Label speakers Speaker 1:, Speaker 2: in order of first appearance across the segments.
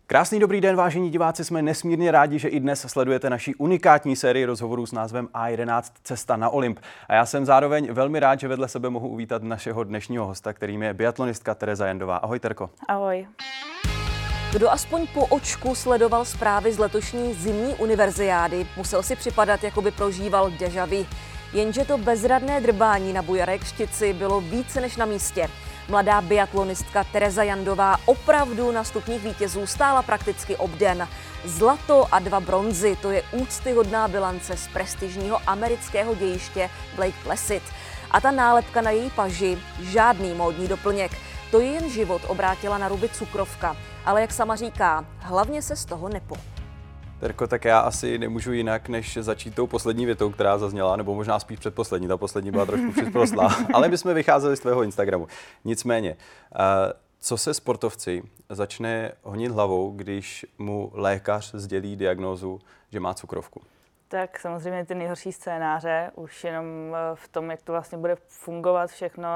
Speaker 1: Krásný dobrý den, vážení diváci, jsme nesmírně rádi, že i dnes sledujete naši unikátní sérii rozhovorů s názvem A11 Cesta na Olymp. A já jsem zároveň velmi rád, že vedle sebe mohu uvítat našeho dnešního hosta, kterým je biatlonistka Tereza Jandová. Ahoj, Terko.
Speaker 2: Ahoj. Kdo aspoň po očku sledoval zprávy z letošní zimní univerziády, musel si připadat, jako by prožíval déjà vu. Jenže to bezradné drbání na bujaré křtici bylo více než na místě. Mladá biatlonistka Tereza Jandová opravdu na stupních vítězů stála prakticky obden. Zlato a 2 bronzy, to je úctyhodná bilance z prestižního amerického dějiště Lake Placid. A ta nálepka na její paži, žádný módní doplněk. To je jen život obrátila na ruby cukrovka. Ale jak sama říká, hlavně se z toho nepo.
Speaker 1: Terko, tak já asi nemůžu jinak, než začít tou poslední větou, která zazněla, nebo možná spíš předposlední. Ta poslední byla trošku předproslá, ale my jsme vycházeli z tvého Instagramu. Nicméně, co se sportovci začne honit hlavou, když mu lékař sdělí diagnózu, že má cukrovku?
Speaker 3: Tak samozřejmě ty nejhorší scénáře, už jenom v tom, jak to vlastně bude fungovat všechno,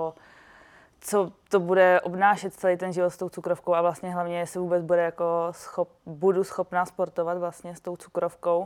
Speaker 3: co to bude obnášet celý ten život s tou cukrovkou a vlastně hlavně, jestli vůbec budu schopná sportovat vlastně s tou cukrovkou.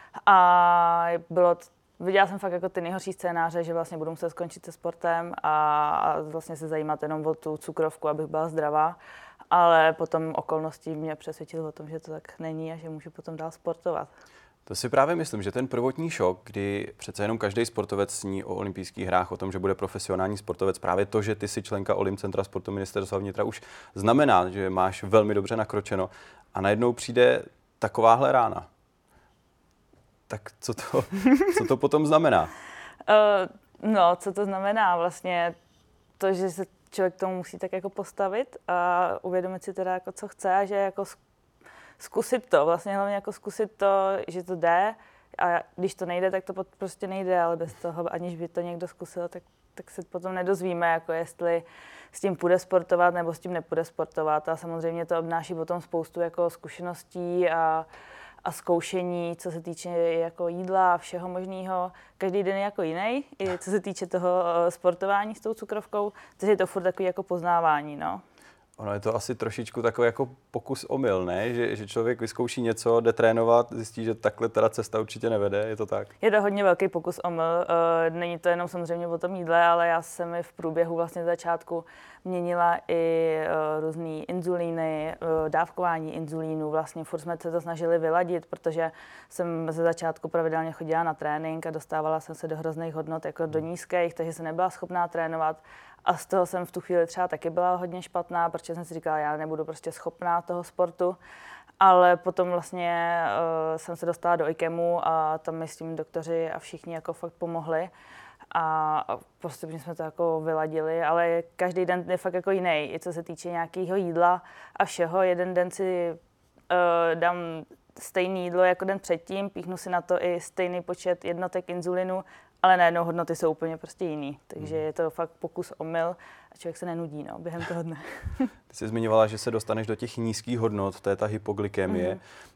Speaker 3: A viděla jsem fakt jako ty nejhorší scénáře, že vlastně budu muset skončit se sportem a vlastně se zajímat jenom o tu cukrovku, abych byla zdravá. Ale potom okolnosti mě přesvědčily o tom, že to tak není a že můžu potom dál sportovat.
Speaker 1: To si právě myslím, že ten prvotní šok, kdy přece jenom každý sportovec sní o olympijských hrách, o tom, že bude profesionální sportovec, právě to, že ty jsi členka Olympcentra sportu Ministerstva vnitra, už znamená, že máš velmi dobře nakročeno a najednou přijde takováhle rána. Tak co to potom znamená?
Speaker 3: Co to znamená? Vlastně to, že se člověk k tomu musí tak jako postavit a uvědomit si teda, jako co chce a že jako zkusit to, vlastně hlavně jako zkusit to, že to jde a když to nejde, tak to prostě nejde, ale bez toho, aniž by to někdo zkusil, tak se potom nedozvíme, jako jestli s tím půjde sportovat nebo s tím nepůjde sportovat a samozřejmě to obnáší potom spoustu jako zkušeností a zkoušení, co se týče jako jídla a všeho možného. Každý den je jako jiný, i co se týče toho sportování s tou cukrovkou, takže je to furt takový jako poznávání, no.
Speaker 1: Ono je to asi trošičku takový jako pokus omyl, ne? Že člověk vyzkouší něco, jde trénovat, zjistí, že takhle teda cesta určitě nevede, je to tak?
Speaker 3: Je to hodně velký pokus omyl. Není to jenom samozřejmě o tom jídle, ale já jsem i v průběhu vlastně začátku měnila i různé inzulíny, dávkování inzulínu. Vlastně furt jsme se to snažili vyladit, protože jsem ze začátku pravidelně chodila na trénink a dostávala jsem se do hrozných hodnot, jako do nízkých, takže jsem nebyla schopná trénovat. A z toho jsem v tu chvíli třeba taky byla hodně špatná, protože jsem si říkala, já nebudu prostě schopná toho sportu. Ale potom vlastně jsem se dostala do IKEMu a tam mi s tím doktoři a všichni jako fakt pomohli. A prostě jsme to jako vyladili, ale každý den je fakt jako jiný, i co se týče nějakého jídla a všeho. Jeden den si dám stejné jídlo jako den předtím, píchnu si na to i stejný počet jednotek inzulinu, ale najednou hodnoty jsou úplně prostě jiný. Takže je to fakt pokus omyl a člověk se nenudí během toho dne.
Speaker 1: Ty jsi zmiňovala, že se dostaneš do těch nízkých hodnot, to je ta hypoglykemie.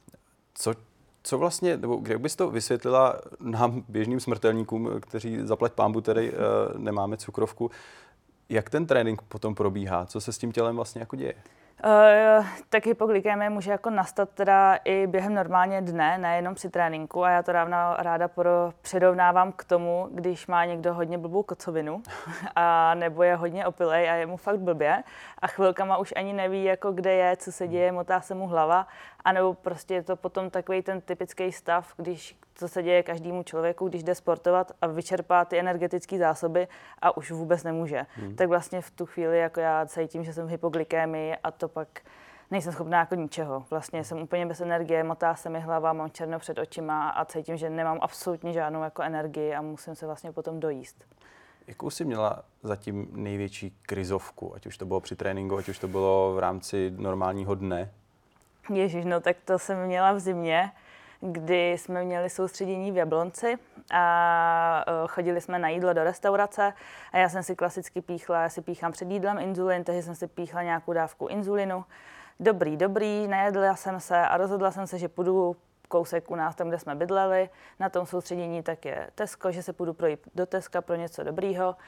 Speaker 1: Co vlastně, nebo kde bys to vysvětlila nám běžným smrtelníkům, kteří zaplať pánbu tedy nemáme cukrovku, jak ten trénink potom probíhá, co se s tím tělem vlastně jako děje?
Speaker 3: Tak hypoglykemie může jako nastat teda i během normálně dne, nejenom při tréninku a já to ráda přirovnávám k tomu, když má někdo hodně blbou kocovinu a nebo je hodně opilej a je mu fakt blbě a chvilkama už ani neví, jako kde je, co se děje, motá se mu hlava a nebo prostě je to potom takový ten typický stav, co se děje každému člověku, když jde sportovat a vyčerpá ty energetické zásoby a už vůbec nemůže. Tak vlastně v tu chvíli jako já cítím, že jsem v hypoglykemii a to pak nejsem schopná jako ničeho. Vlastně jsem úplně bez energie, motá se mi hlava, mám černo před očima a cítím, že nemám absolutně žádnou jako energii a musím se vlastně potom dojíst.
Speaker 1: Jakou jsi měla zatím největší krizovku, ať už to bylo při tréninku, ať už to bylo v rámci normálního dne?
Speaker 3: Ježiš, no tak to jsem měla v zimě, kdy jsme měli soustředění v Jablonci a chodili jsme na jídlo do restaurace a já jsem si klasicky píchla, já si píchám před jídlem inzulin, takže jsem si píchla nějakou dávku inzulinu. Dobrý, najedla jsem se a rozhodla jsem se, že půjdu kousek u nás tam, kde jsme bydleli, na tom soustředění tak je Tesco, že se půjdu projít do Teska pro něco dobrýho.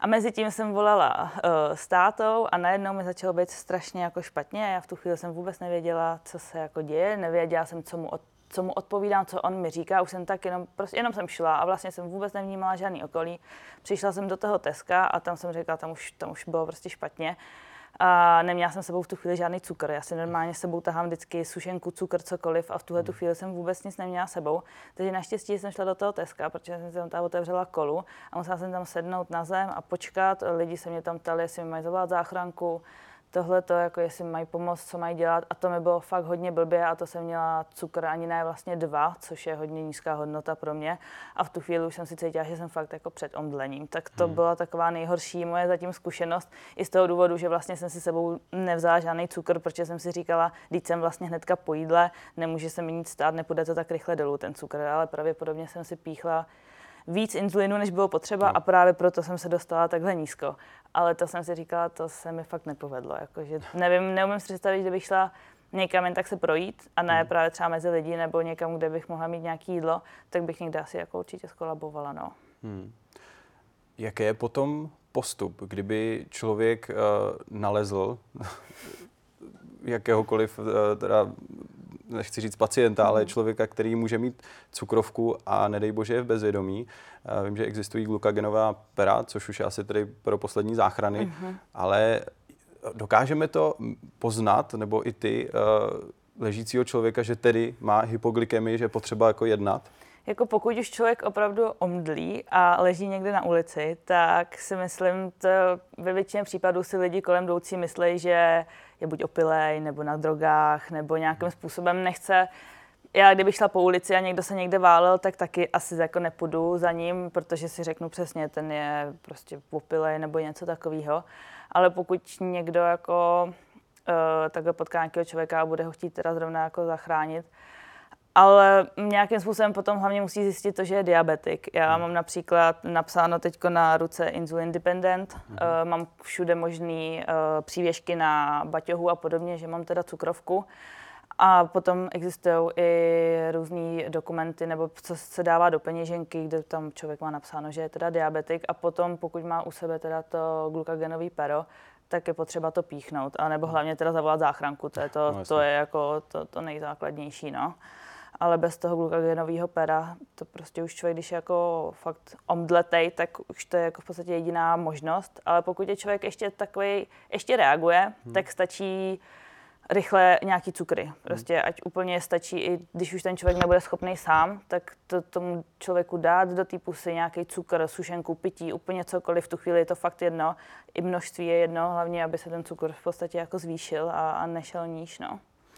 Speaker 3: A mezi tím jsem volala s tátou a najednou mi začalo být strašně jako špatně. Já v tu chvíli jsem vůbec nevěděla, co se jako děje, nevěděla jsem, co mu odpovídám, co on mi říká. Už jsem tak jenom jsem šla a vlastně jsem vůbec nevnímala žádný okolí. Přišla jsem do toho Teska a tam jsem řekla, tam už bylo prostě špatně. A neměla jsem s sebou v tu chvíli žádný cukr. Já si normálně s sebou tahám vždycky sušenku, cukr, cokoliv a v tuhle tu chvíli jsem vůbec nic neměla s sebou. Takže naštěstí jsem šla do toho Teska, protože jsem si tam otevřela kolu a musela jsem tam sednout na zem a počkat. Lidi se mě tam ptali, jestli mi mají zavolat záchranku, tohle to, jako jestli mají pomoct, co mají dělat. A to mi bylo fakt hodně blbě a to jsem měla cukr ani ne vlastně 2, což je hodně nízká hodnota pro mě. A v tu chvíli už jsem si cítila, že jsem fakt jako před omdlením. Tak to byla taková nejhorší moje zatím zkušenost. I z toho důvodu, že vlastně jsem si sebou nevzala žádný cukr, protože jsem si říkala, když jsem vlastně hnedka po jídle, nemůže se mi nic stát, nepůjde to tak rychle dolů ten cukr, ale pravděpodobně jsem si píchla víc inzulinu, než bylo potřeba a právě proto jsem se dostala takhle nízko. Ale to jsem si říkala, to se mi fakt nepovedlo. Jakože neumím si představit, kdybych šla někam jen tak se projít a ne právě třeba mezi lidi nebo někam, kde bych mohla mít nějaké jídlo, tak bych někde asi jako určitě skolabovala. No.
Speaker 1: Jaký je potom postup, kdyby člověk nalezl jakéhokoliv, teda nechci říct pacienta, ale člověka, který může mít cukrovku a nedej bože je v bezvědomí. Vím, že existují glukagenová pera, což už je asi tedy pro poslední záchrany, ale dokážeme to poznat, nebo i ty ležícího člověka, že tedy má hypoglykemii, že je potřeba jako jednat?
Speaker 3: Jako pokud už člověk opravdu omdlí a leží někde na ulici, tak si myslím, to ve většině případů si lidi kolem jdoucí myslí, že je buď opilej, nebo na drogách, nebo nějakým způsobem nechce. Já kdybych šla po ulici a někdo se někde válel, tak taky asi jako nepůjdu za ním, protože si řeknu přesně, ten je prostě opilej nebo něco takového. Ale pokud někdo jako takhle potká nějakého člověka a bude ho chtít teda zrovna jako zachránit, ale nějakým způsobem potom hlavně musí zjistit to, že je diabetik. Já mám například napsáno teďko na ruce insulin dependent, mám všude možný přívěšky na baťohu a podobně, že mám teda cukrovku. A potom existují i různý dokumenty, nebo co se dává do peněženky, kde tam člověk má napsáno, že je teda diabetik a potom, pokud má u sebe teda to glukagenový pero, tak je potřeba to píchnout, a nebo hlavně teda zavolat záchranku, to je jako to nejzákladnější, no. Ale bez toho glukagenového pera, to prostě už člověk, když je jako fakt omdletej, tak už to je jako v podstatě jediná možnost. Ale pokud je člověk ještě reaguje, tak stačí rychle nějaký cukry. Prostě ať úplně stačí, i když už ten člověk nebude schopný sám, tak to tomu člověku dát do té pusy nějaký cukr, sušenku, pití, úplně cokoliv. V tu chvíli je to fakt jedno. I množství je jedno, hlavně, aby se ten cukr v podstatě jako zvýšil a nešel níž, no.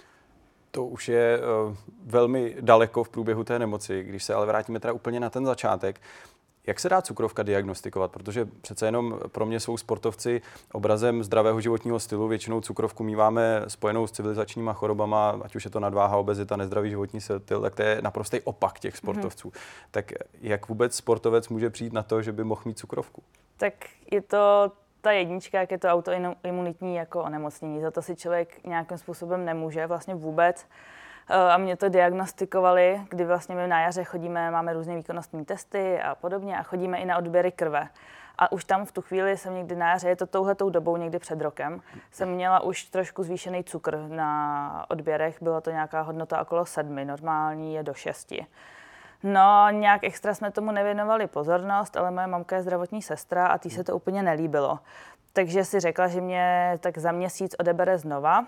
Speaker 1: To už je velmi daleko v průběhu té nemoci. Když se ale vrátíme teda úplně na ten začátek, jak se dá cukrovka diagnostikovat? Protože přece jenom pro mě jsou sportovci obrazem zdravého životního stylu. Většinou cukrovku míváme spojenou s civilizačníma chorobama, ať už je to nadváha, obezita, nezdravý životní styl, tak to je naprostý opak těch sportovců. Tak jak vůbec sportovec může přijít na to, že by mohl mít cukrovku?
Speaker 3: Tak je to ta jednička, jak je to autoimunitní jako onemocnění. Za to si člověk nějakým způsobem nemůže vlastně vůbec. A mě to diagnostikovali, kdy vlastně my na jaře chodíme, máme různé výkonnostní testy a podobně a chodíme i na odběry krve. A už tam v tu chvíli jsem někdy na jaře, je to touhletou dobou někdy před rokem, jsem měla už trošku zvýšený cukr na odběrech, byla to nějaká hodnota okolo 7, normální je do 6. No, nějak extra jsme tomu nevěnovali pozornost, ale moje mamka je zdravotní sestra a tý se to úplně nelíbilo. Takže si řekla, že mě tak za měsíc odebere znova.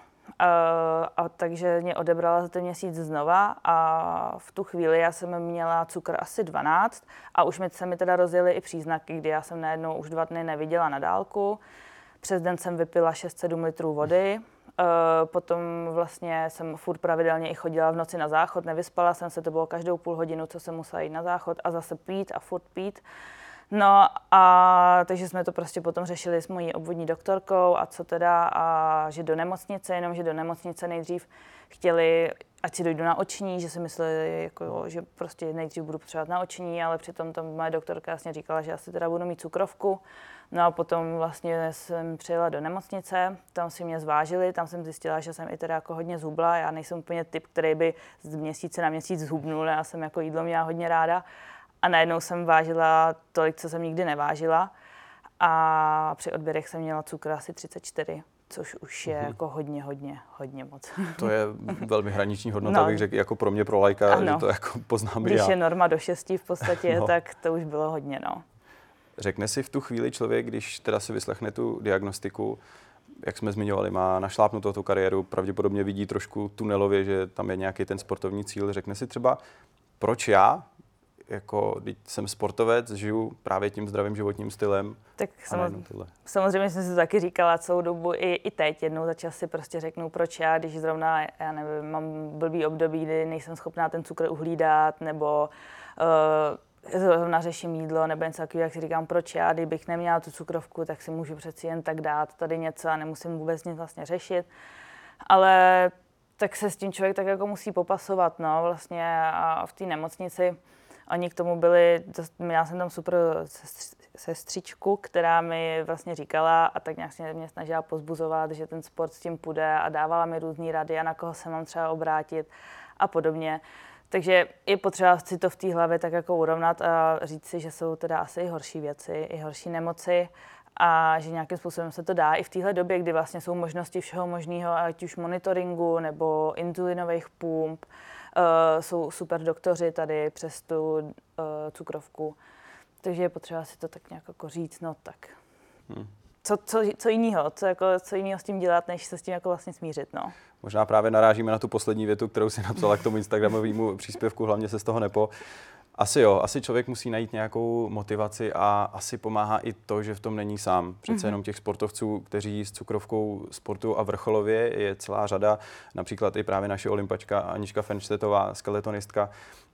Speaker 3: A takže mě odebrala za ten měsíc znova a v tu chvíli já jsem měla cukr asi 12 a už se mi teda rozjely i příznaky, kdy já jsem najednou už 2 dny neviděla na dálku. Přes den jsem vypila 6-7 litrů vody. Potom vlastně jsem furt pravidelně i chodila v noci na záchod, nevyspala jsem se, to bylo každou půl hodinu, co jsem musela jít na záchod a zase pít a furt pít. No a takže jsme to prostě potom řešili s mojí obvodní doktorkou a co teda, a že do nemocnice, jenomže do nemocnice nejdřív chtěli, ať si dojdu na oční, že si mysleli, jako, že prostě nejdřív budu potřebovat na oční, ale přitom tam moje doktorka jasně říkala, že asi teda budu mít cukrovku. No a potom vlastně jsem přijela do nemocnice, tam si mě zvážili, tam jsem zjistila, že jsem i teda jako hodně zhubla, já nejsem úplně typ, který by z měsíce na měsíc zhubnul, já jsem jako jídlo měla hodně ráda. A najednou jsem vážila tolik, co jsem nikdy nevážila. a při odběrech jsem měla cukr asi 34, což už je jako hodně moc.
Speaker 1: To je velmi hraniční hodnota, bych řekl, jako pro mě, pro laika,
Speaker 3: ano.
Speaker 1: že to jako poznám i
Speaker 3: Když
Speaker 1: já.
Speaker 3: je norma do 6 v podstatě, tak to už bylo hodně, no.
Speaker 1: Řekne si v tu chvíli člověk, když teda si vyslechne tu diagnostiku, jak jsme zmiňovali, má našlápnutou tu kariéru, pravděpodobně vidí trošku tunelově, že tam je nějaký ten sportovní cíl. Řekne si třeba, proč já, jako když jsem sportovec, žiju právě tím zdravým životním stylem.
Speaker 3: Tak samozřejmě jsem si to taky říkala celou dobu, i teď jednou za čas si prostě řeknu, proč já, když zrovna, já nevím, mám blbý období, kdy nejsem schopná ten cukr uhlídat, nebo zrovna řeším jídlo, nebo něco takového, jak si říkám, proč já, kdybych neměla tu cukrovku, tak si můžu přeci jen tak dát tady něco a nemusím vůbec nic vlastně řešit. Ale tak se s tím člověk tak jako musí popasovat, no, vlastně a v té nemocnici oni k tomu byli, já jsem tam super sestřičku, která mi vlastně říkala a tak nějak se mě snažila pozbuzovat, že ten sport s tím půjde a dávala mi různý rady a na koho se mám třeba obrátit a podobně. Takže je potřeba si to v té hlavě tak jako urovnat a říct si, že jsou teda asi i horší věci, i horší nemoci a že nějakým způsobem se to dá i v téhle době, kdy vlastně jsou možnosti všeho možného, ať už monitoringu nebo inzulinových pump. Jsou super doktoři tady přes tu cukrovku, takže je potřeba si to tak nějak jako říct, no tak. Co jiného, co jiného s tím dělat, než se s tím jako vlastně smířit, no.
Speaker 1: Možná právě narážíme na tu poslední větu, kterou si napsala k tomu instagramovému příspěvku, hlavně se z toho nepo. Asi člověk musí najít nějakou motivaci a asi pomáhá i to, že v tom není sám. Přece jenom těch sportovců, kteří s cukrovkou sportují a vrcholově, je celá řada. Například i právě naše olympačka Anička Fenštetová, skeletonistka.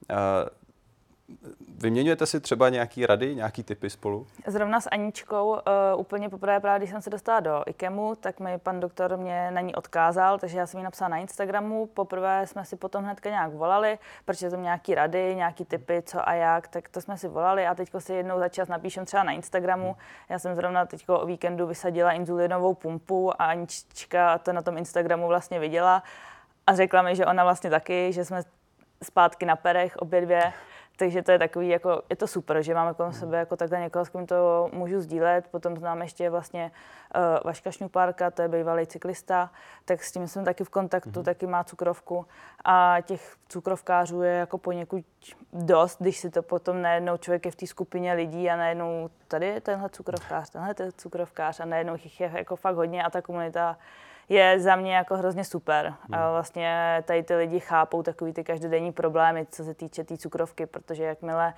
Speaker 1: Vyměňujete si třeba nějaký rady, nějaký tipy spolu?
Speaker 3: Zrovna s Aničkou úplně poprvé, právě když jsem se dostala do IKEMu, tak mi pan doktor mě na ní odkázal, takže já jsem jí napsala na Instagramu. Poprvé jsme si potom hnedka nějak volali, protože tam nějaký rady, nějaký tipy, co a jak, tak to jsme si volali a teďko si jednou za čas napíšem třeba na Instagramu. Já jsem zrovna teďko o víkendu vysadila inzulinovou pumpu a Anička to na tom Instagramu vlastně viděla a řekla mi, že ona vlastně taky, že jsme zpátky na perech obě dvě. Takže to je takový, jako, je to super, že máme kolem sebe jako takhle někoho, s kým to můžu sdílet. Potom znám ještě vlastně Vaška Šňupárka, to je bývalý cyklista, tak s tím jsem taky v kontaktu, taky má cukrovku. A těch cukrovkářů je jako poněkud dost, když si to potom najednou člověk je v té skupině lidí a najednou tady je tenhle cukrovkář a najednou jich je jako fakt hodně a ta komunita je za mě jako hrozně super. A vlastně tady ty lidi chápou takový ty každodenní problémy, co se týče té cukrovky, protože jakmile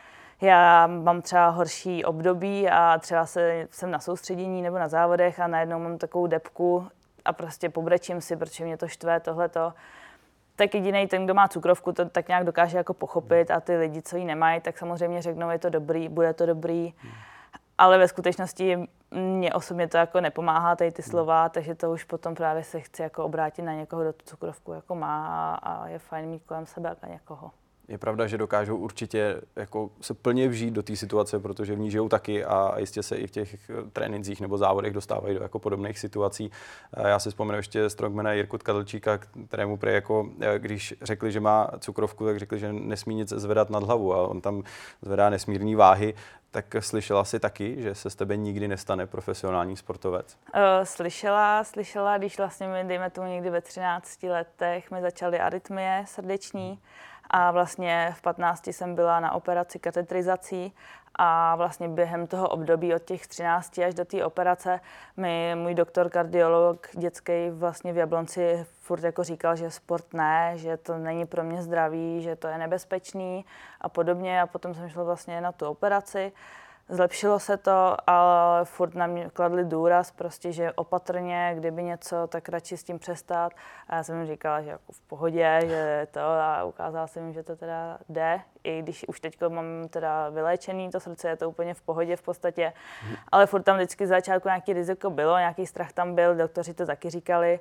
Speaker 3: já mám třeba horší období a třeba jsem na soustředění nebo na závodech a najednou mám takovou depku a prostě pobrečím si, protože mě to štve, tohleto, tak jedinej ten, kdo má cukrovku, to tak nějak dokáže jako pochopit a ty lidi, co ji nemají, tak samozřejmě řeknou, je to dobrý, bude to dobrý. Ale ve skutečnosti mě osobně to jako nepomáhá, tady ty slova, takže to už potom právě se chci jako obrátit na někoho, kdo tu cukrovku jako má a je fajn mít kolem sebe jako někoho.
Speaker 1: Je pravda, že dokážou určitě jako se plně vžít do té situace, protože v ní žijou taky a jistě se i v těch trénincích nebo závodech dostávají do jako podobných situací. Já si vzpomenu ještě strongmana Jirku Kadlčíka, kterému prý jako, když řekli, že má cukrovku, tak řekli, že nesmí nic zvedat nad hlavu a on tam zvedá nesmírný váhy. Tak slyšela jsi taky, že se z tebe nikdy nestane profesionální sportovec?
Speaker 3: Slyšela, když vlastně mi, dejme tomu někdy ve 13 letech, mi začaly arytmie srdeční a vlastně v 15 jsem byla na operaci katetrizací a vlastně během toho období od těch 13 až do té operace mi můj doktor kardiolog dětský vlastně v Jablonci furt jako říkal, že sport ne, že to není pro mě zdravý, že to je nebezpečný a podobně a potom jsem šla vlastně na tu operaci. Zlepšilo se to, ale furt na mě kladli důraz, prostě, že opatrně, kdyby něco, tak radši s tím přestat. A já jsem jim říkala, že jako v pohodě, že to a ukázala jsem jim, že to teda jde. I když už teď mám teda vyléčený to srdce, je to úplně v pohodě v podstatě. Ale furt tam vždycky z začátku nějaký riziko bylo, nějaký strach tam byl, doktoři to taky říkali.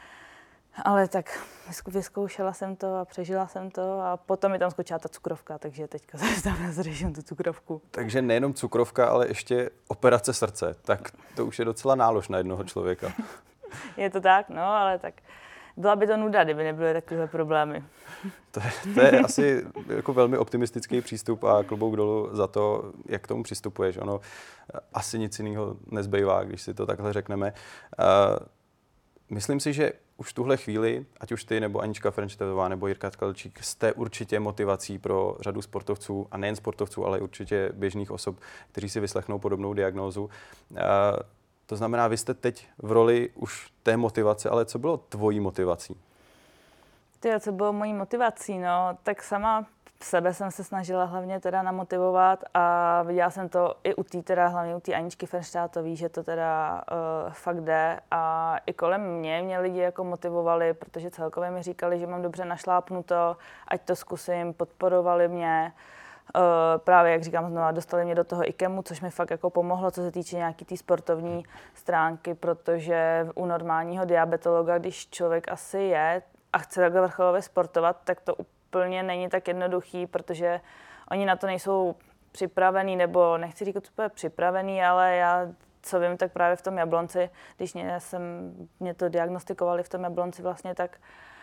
Speaker 3: Ale tak vyzkoušela jsem to a přežila jsem to a potom mi tam skočila ta cukrovka, takže teďka se tam zřeším tu cukrovku.
Speaker 1: Takže nejenom cukrovka, ale ještě operace srdce, tak to už je docela nálož na jednoho člověka.
Speaker 3: Je to tak, no, ale tak byla by to nuda, kdyby nebyly takové problémy.
Speaker 1: To je asi jako velmi optimistický přístup a klobouk dolů za to, jak k tomu přistupuješ. Ono asi nic jiného nezbývá, když si to takhle řekneme. Myslím si, že už v tuhle chvíli, ať už ty, nebo Anička Frenštejtová, nebo Jirka Tkalčík, jste určitě motivací pro řadu sportovců, a nejen sportovců, ale určitě běžných osob, kteří si vyslechnou podobnou diagnózu. To znamená, vy jste teď v roli už té motivace, ale co bylo tvojí motivací?
Speaker 3: Co bylo mojí motivací? No, tak sama sebe jsem se snažila hlavně teda namotivovat a viděla jsem to i hlavně u té Aničky Frenštátové, že to teda fakt jde a i kolem mě lidi jako motivovali, protože celkově mi říkali, že mám dobře našlápnuto, ať to zkusím, podporovali mě. Právě, jak říkám znova, dostali mě do toho IKEMu, což mi fakt jako pomohlo, co se týče nějaký té sportovní stránky, protože u normálního diabetologa, když člověk asi je a chce takhle vrcholově sportovat, tak to úplně není tak jednoduchý, protože oni na to nejsou připravený, nebo nechci říkat úplně připravený, ale já, co vím, tak právě v tom Jablonci, když mě to diagnostikovali v tom Jablonci vlastně, tak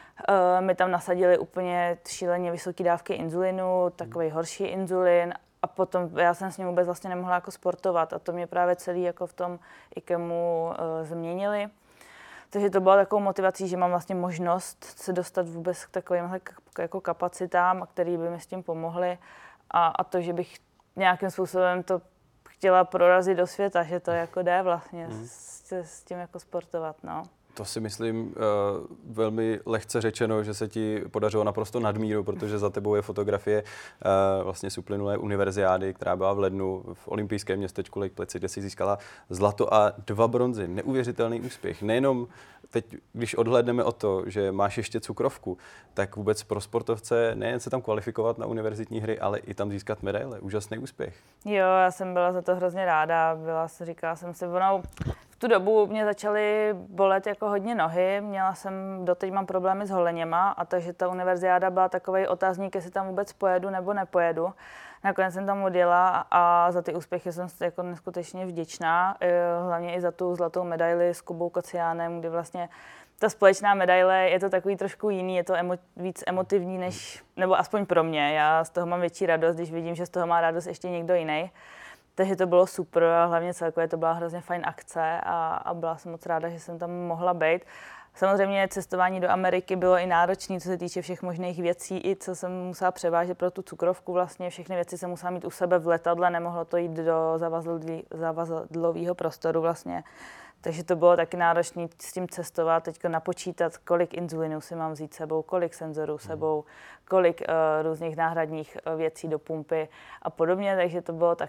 Speaker 3: mi tam nasadili úplně šíleně vysoké dávky inzulinu, takový horší inzulin a potom já jsem s ním vůbec vlastně nemohla jako sportovat a to mě právě celý jako v tom IKEMu změnili. Takže to bylo takovou motivací, že mám vlastně možnost se dostat vůbec k takovým jako kapacitám, které by mi s tím pomohly a to, že bych nějakým způsobem to chtěla prorazit do světa, že to jako jde vlastně s tím jako sportovat, no.
Speaker 1: To si myslím velmi lehce řečeno, že se ti podařilo naprosto nadmíru, protože za tebou je fotografie vlastně z uplynulé univerziády, která byla v lednu v olympijském městečku Lake Placid, kde si získala zlato a 2 bronzy. Neuvěřitelný úspěch. Nejenom teď, když odhlédneme o to, že máš ještě cukrovku, tak vůbec pro sportovce nejen se tam kvalifikovat na univerzitní hry, ale i tam získat medaile. Úžasný úspěch.
Speaker 3: Jo, já jsem byla za to hrozně ráda. Říkala jsem si, v tu dobu mě začaly bolet jako hodně nohy, doteď mám problémy s holeněma a takže ta univerziáda byla takovej otázník, jestli tam vůbec pojedu nebo nepojedu. Nakonec jsem tam odjela a za ty úspěchy jsem jako neskutečně vděčná, hlavně i za tu zlatou medaili s Kubou Kociánem, kdy vlastně ta společná medaile je to takový trošku jiný, je to víc emotivní, nebo aspoň pro mě. Já z toho mám větší radost, když vidím, že z toho má radost ještě někdo jiný. Takže to bylo super a hlavně celkově to byla hrozně fajn akce a byla jsem moc ráda, že jsem tam mohla být. Samozřejmě cestování do Ameriky bylo i náročné, co se týče všech možných věcí, i co jsem musela převážet pro tu cukrovku. Vlastně všechny věci jsem musela mít u sebe v letadle, nemohlo to jít do zavazadlového prostoru vlastně. Takže to bylo taky náročné s tím cestovat, teďko napočítat, kolik inzulinu si mám vzít sebou, kolik senzorů sebou, kolik různých náhradních věcí do pumpy a podobně. Takže to bylo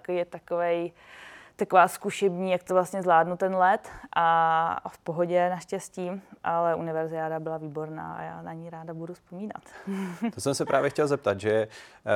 Speaker 3: taková zkušební, jak to vlastně zvládnu ten let a v pohodě naštěstí, ale univerziáda byla výborná a já na ní ráda budu vzpomínat.
Speaker 1: To jsem se právě chtěl zeptat, že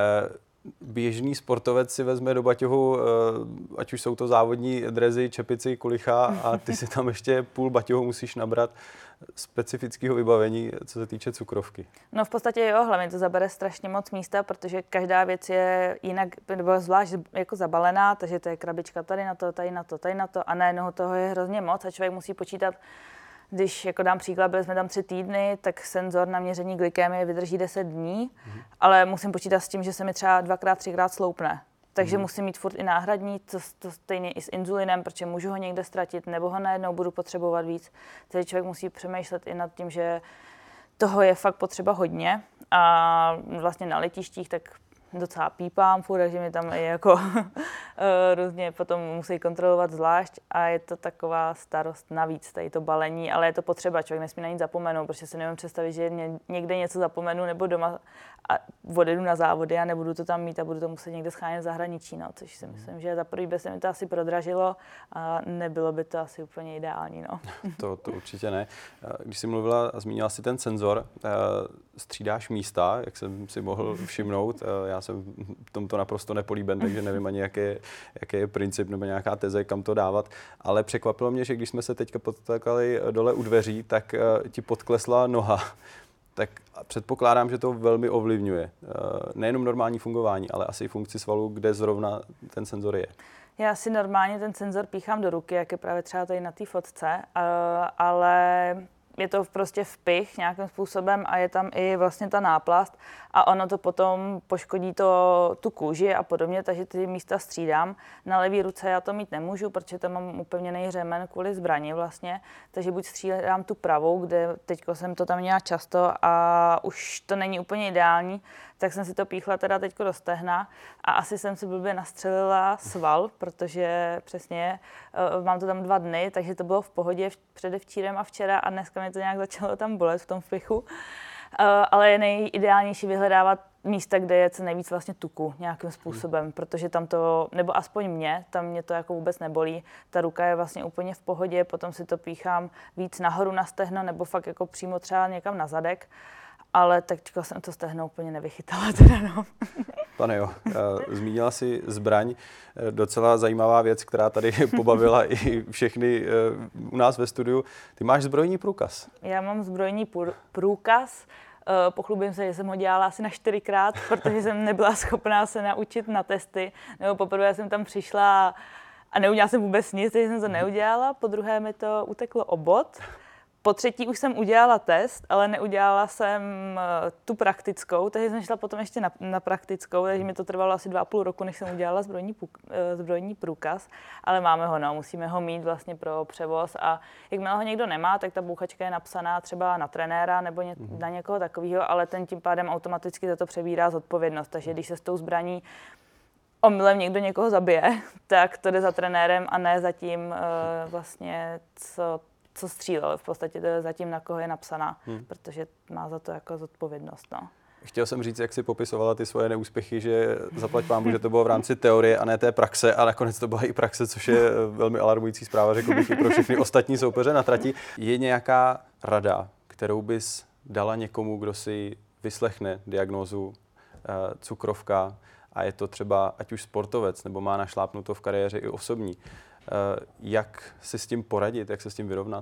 Speaker 1: běžný sportovec si vezme do baťohu, ať už jsou to závodní drezy, čepici, kulicha a ty si tam ještě půl baťohu musíš nabrat specifického vybavení, co se týče cukrovky.
Speaker 3: No v podstatě jo, hlavně to zabere strašně moc místa, protože každá věc je jinak, nebo zvlášť jako zabalená, takže to je krabička tady na to, tady na to, tady na to a najednou toho je hrozně moc a člověk musí počítat. Když jako dám příklad, byli jsme tam 3 týdny, tak senzor na měření glykémie vydrží 10 dní, ale musím počítat s tím, že se mi třeba 2x, 3x sloupne. Takže musím mít furt i náhradní, to stejně i s inzulinem, protože můžu ho někde ztratit, nebo ho najednou budu potřebovat víc. Takže člověk musí přemýšlet i nad tím, že toho je fakt potřeba hodně a vlastně na letištích tak docela pípám furt, takže mi tam i jako různě potom musí kontrolovat zvlášť a je to taková starost navíc, tady to balení, ale je to potřeba, člověk nesmí na nic zapomenout, protože si nevím představit, že někde něco zapomenu nebo doma a odjedu na závody a nebudu to tam mít a budu to muset někde schánět v zahraničí, no, což si myslím, že za prvý by se mi to asi prodražilo a nebylo by to asi úplně ideální. No.
Speaker 1: To určitě ne. Když jsi mluvila a zmínila si ten senzor, střídáš místa, jak jsem si mohl všimnout, já jsem v tomto naprosto nepolíben, takže nevím ani, jaký je princip nebo nějaká teze, kam to dávat, ale překvapilo mě, že když jsme se teďka podtakali dole u dveří, tak ti podklesla noha. Tak předpokládám, že to velmi ovlivňuje nejenom normální fungování, ale asi i funkci svalů, kde zrovna ten senzor je.
Speaker 3: Já si normálně ten senzor píchám do ruky, jak je právě třeba tady na té fotce, ale je to prostě vpich nějakým způsobem a je tam i vlastně ta náplast a ono to potom poškodí tu kůži a podobně, takže ty místa střídám. Na levé ruce já to mít nemůžu, protože tam mám upevněný řemen kvůli zbrani vlastně, takže buď střídám tu pravou, kde teďko jsem to tam měla často a už to není úplně ideální, tak jsem si to píchla teda teďko do stehna a asi jsem si blbě nastřelila sval, protože přesně mám to tam 2 dny, takže to bylo v pohodě předevčírem a včera a dneska mi to nějak začalo tam bolet v tom vpichu. Ale je nejideálnější vyhledávat místa, kde je co nejvíc vlastně tuku nějakým způsobem, protože tam to, nebo aspoň tam mě to jako vůbec nebolí. Ta ruka je vlastně úplně v pohodě, potom si to píchám víc nahoru na stehno nebo fakt jako přímo třeba někam na zadek. Ale teďka jsem to stehno úplně nevychytala teda, no.
Speaker 1: Pane jo, zmínila si zbraň, docela zajímavá věc, která tady pobavila i všechny u nás ve studiu. Ty máš zbrojní průkaz.
Speaker 3: Já mám zbrojní průkaz, pochlubím se, že jsem ho dělala asi na 4krát, protože jsem nebyla schopná se naučit na testy, nebo poprvé jsem tam přišla a neudělala jsem vůbec nic, takže jsem to neudělala, po druhé mi to uteklo o bod. Po třetí už jsem udělala test, ale neudělala jsem tu praktickou, takže jsem šla potom ještě na praktickou, takže mi to trvalo asi 2,5 roku, než jsem udělala zbrojní průkaz, ale máme ho, no, musíme ho mít vlastně pro převoz a jakmile ho někdo nemá, tak ta bouchačka je napsaná třeba na trenéra nebo na někoho takového, ale ten tím pádem automaticky za to přebírá zodpovědnost, takže když se s tou zbraní omylem někdo někoho zabije, tak to jde za trenérem a ne za tím vlastně, co střílel. V podstatě to je zatím, na koho je napsaná, protože má za to jako zodpovědnost. No.
Speaker 1: Chtěl jsem říct, jak jsi popisovala ty svoje neúspěchy, že zaplať pánbůh, že to bylo v rámci teorie a ne té praxe a nakonec to byla i praxe, což je velmi alarmující zpráva, řekl bych i pro všechny ostatní soupeře na trati. Je nějaká rada, kterou bys dala někomu, kdo si vyslechne diagnózu cukrovka a je to třeba ať už sportovec nebo má našlápnuto v kariéře i osobní. Jak si s tím poradit, jak se s tím vyrovnat?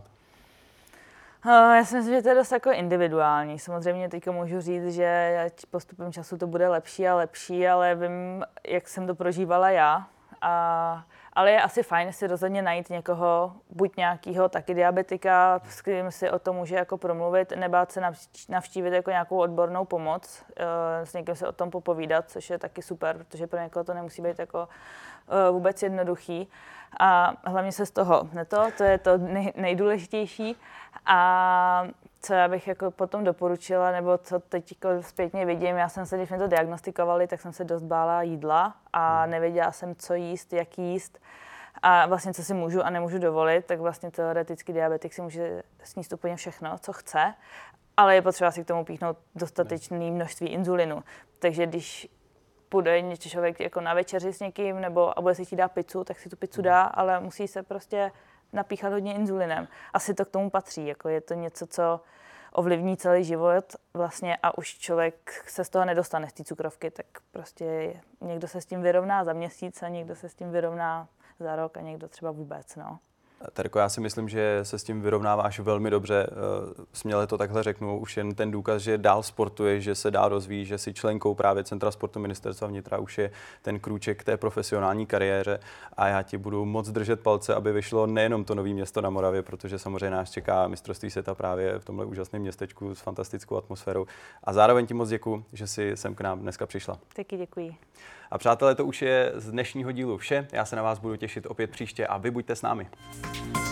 Speaker 3: Já si myslím, že to je dost jako individuální. Samozřejmě teďka můžu říct, že postupem času to bude lepší a lepší, ale vím, jak jsem to prožívala já. Ale je asi fajn si rozhodně najít někoho, buď nějakého taky diabetika, s kterým si o tom může jako promluvit, nebát se navštívit jako nějakou odbornou pomoc, s někým se o tom popovídat, což je taky super, protože pro někoho to nemusí být jako vůbec jednoduchý. A hlavně se z toho to je to nejdůležitější. A co já bych jako potom doporučila, nebo co teď zpětně vidím, já jsem se, když mě to diagnostikovali, tak jsem se dost bála jídla a nevěděla jsem, co jíst, jak jíst a vlastně co si můžu a nemůžu dovolit, tak vlastně teoretický diabetik si může sníst úplně všechno, co chce, ale je potřeba si k tomu píchnout dostatečné množství inzulinu. Takže když půjde člověk jako na večeři s někým nebo a bude si chtít dát pizzu, tak si tu pizzu dá, ale musí se prostě napíchat hodně inzulinem. Asi to k tomu patří, jako je to něco, co ovlivní celý život vlastně a už člověk se z toho nedostane z té cukrovky, tak prostě někdo se s tím vyrovná za měsíc a někdo se s tím vyrovná za rok a někdo třeba vůbec, no.
Speaker 1: Terko, já si myslím, že se s tím vyrovnáváš velmi dobře. Směle to takhle řeknu. Už jen ten důkaz, že dál sportuješ, že se dál rozvíjí, že jsi členkou právě Centra sportu Ministerstva vnitra, už je ten krůček k té profesionální kariéře. A já ti budu moc držet palce, aby vyšlo nejenom to Nový Město na Moravě, protože samozřejmě nás čeká mistrovství světa právě v tomhle úžasném městečku s fantastickou atmosférou. A zároveň ti moc děkuji, že jsi sem k nám dneska přišla.
Speaker 3: Taky děkuji.
Speaker 1: A přátelé, to už je z dnešního dílu vše. Já se na vás budu těšit opět příště a vy buďte s námi.